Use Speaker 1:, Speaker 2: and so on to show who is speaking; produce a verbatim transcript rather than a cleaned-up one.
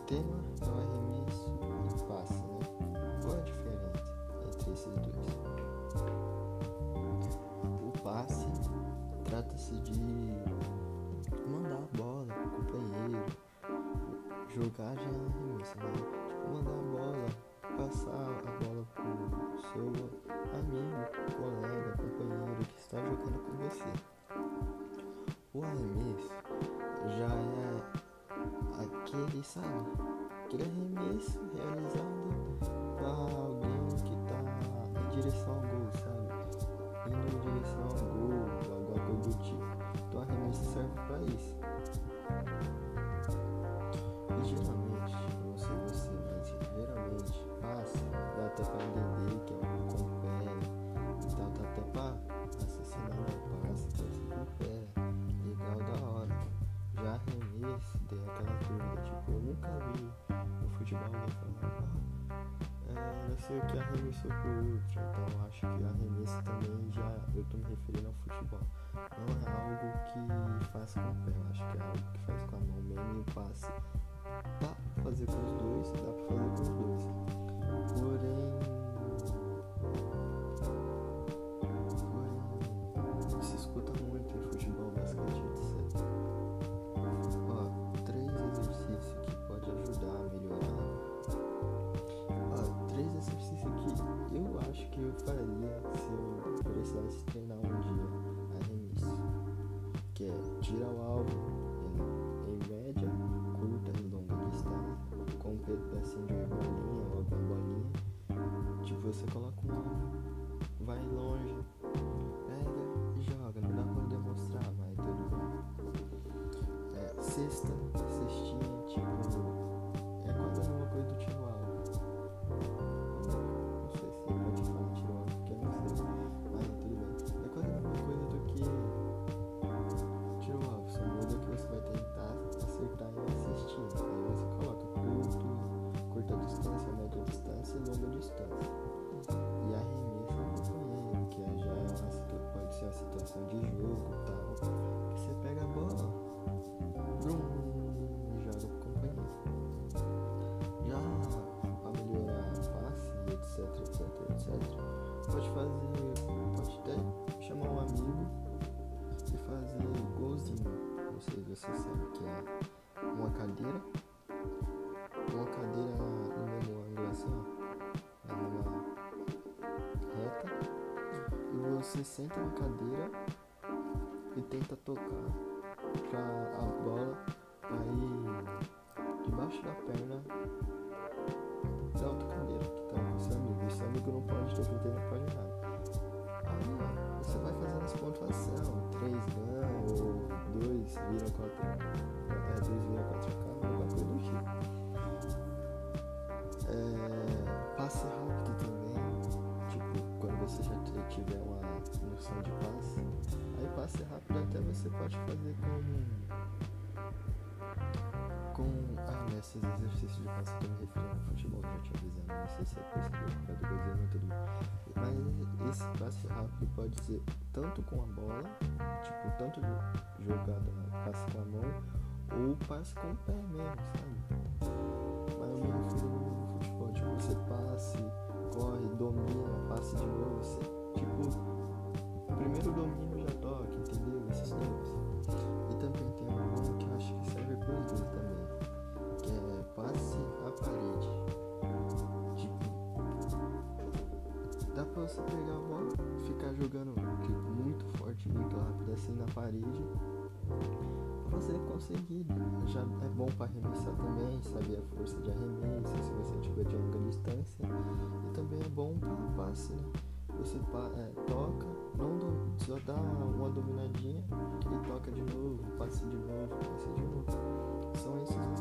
Speaker 1: tema é o arremesso e passe, né? Qual é a diferença entre esses dois? O passe trata-se de mandar a bola pro companheiro, jogar já é arremesso, né? Tipo, mandar a bola, passar a bola pro seu amigo, colega, companheiro que está jogando com você. O arremesso já é aquele, sabe? Aquele arremesso realizado para alguém que tá em direção ao gol, sabe? Indo em direção ao gol, alguma coisa do tipo. Então, o arremesso serve para isso. E geralmente, não sei você, mas geralmente passa, dá até pra entender que é um com o pé, então dá até pra raciocinar, não, passe, passe com o pé, legal, da hora. Já arremesso, tem aquela dúvida, tipo, eu nunca vi no futebol alguém falar, ah, é, não sei o que arremessou pro outro, então acho que arremesso também já, eu tô me referindo ao futebol. Não é algo que faz com o pé, eu acho que é algo que faz com a mão mesmo e o passe. Dá pra fazer com os dois, dá pra fazer com os dois. Porém, porém se escuta muito em futebol, basquete, etcétera. Ó, três exercícios que pode ajudar a melhorar. Ó, três exercícios que eu acho que eu faria se eu precisasse treinar um dia arremesso. Que é tira o alvo em, em média, curta e longa distância, com um pedacinho de bolinha ou alguma bolinha. Tipo, você coloca um alvo, vai longe, pega e joga. Não dá pra demonstrar, mas tudo bem. É, cesta, cestinha, tipo, é quase a mesma coisa do tiro alvo. Não sei se pode falar tiro alvo, porque eu não sei, mas tudo bem. É quase a mesma coisa do que tiro alvo, só muda que você vai tentar acertar em uma cestinha. Aí você coloca curto, curta distância, média distância e longa distância. E arremesso no companheiro, que é já é uma situ... pode ser uma situação de jogo e tal. Que você pega a bola, brum, e joga pro companheiro. Já pra melhorar passe, etc, etc, etc, pode fazer, pode até chamar um amigo e fazer golzinho. Não sei se você sabe que é uma cadeira, uma cadeira no mesmo ângulo assim, ó, na mesma reta, e você senta na cadeira e tenta tocar pra a bola aí debaixo da perna da outra cadeira que tá com seu amigo. E seu amigo não pode defender, não pode nada. Aí ó, você vai fazendo as pontuação, três ganha, ou dois vira quatro, é, dois vira quatro K, alguma coisa do tipo. É, passe rápido também, tipo, quando você já tiver uma noção de passe, aí passe rápido até você pode fazer com com ah, nesses exercícios de passe que eu me referi no futebol, já te avisando, não sei se é percebido por causa do governo, tudo bem. Mas esse passe rápido pode ser tanto com a bola, tipo, tanto jogada passe com a mão, ou passe com o pé mesmo, sabe? Mas eu me refiro no futebol, tipo, você passe, corre, domina, passe de novo, você, tipo, primeiro domínio já toca, entendeu? Esses negócios. E também tem um que eu acho que serve para os dois também, que é passe à parede. Tipo, dá pra você pegar a bola, ficar jogando tipo, muito forte, muito rápido assim na parede, pra você conseguir. Já é bom pra arremessar também, saber a força de arremesso, se você tiver de longa distância. E também é bom pra passe, né? Você é, toca, não do, só dá uma dominadinha e toca de novo, passe de novo, passe de novo. São esses os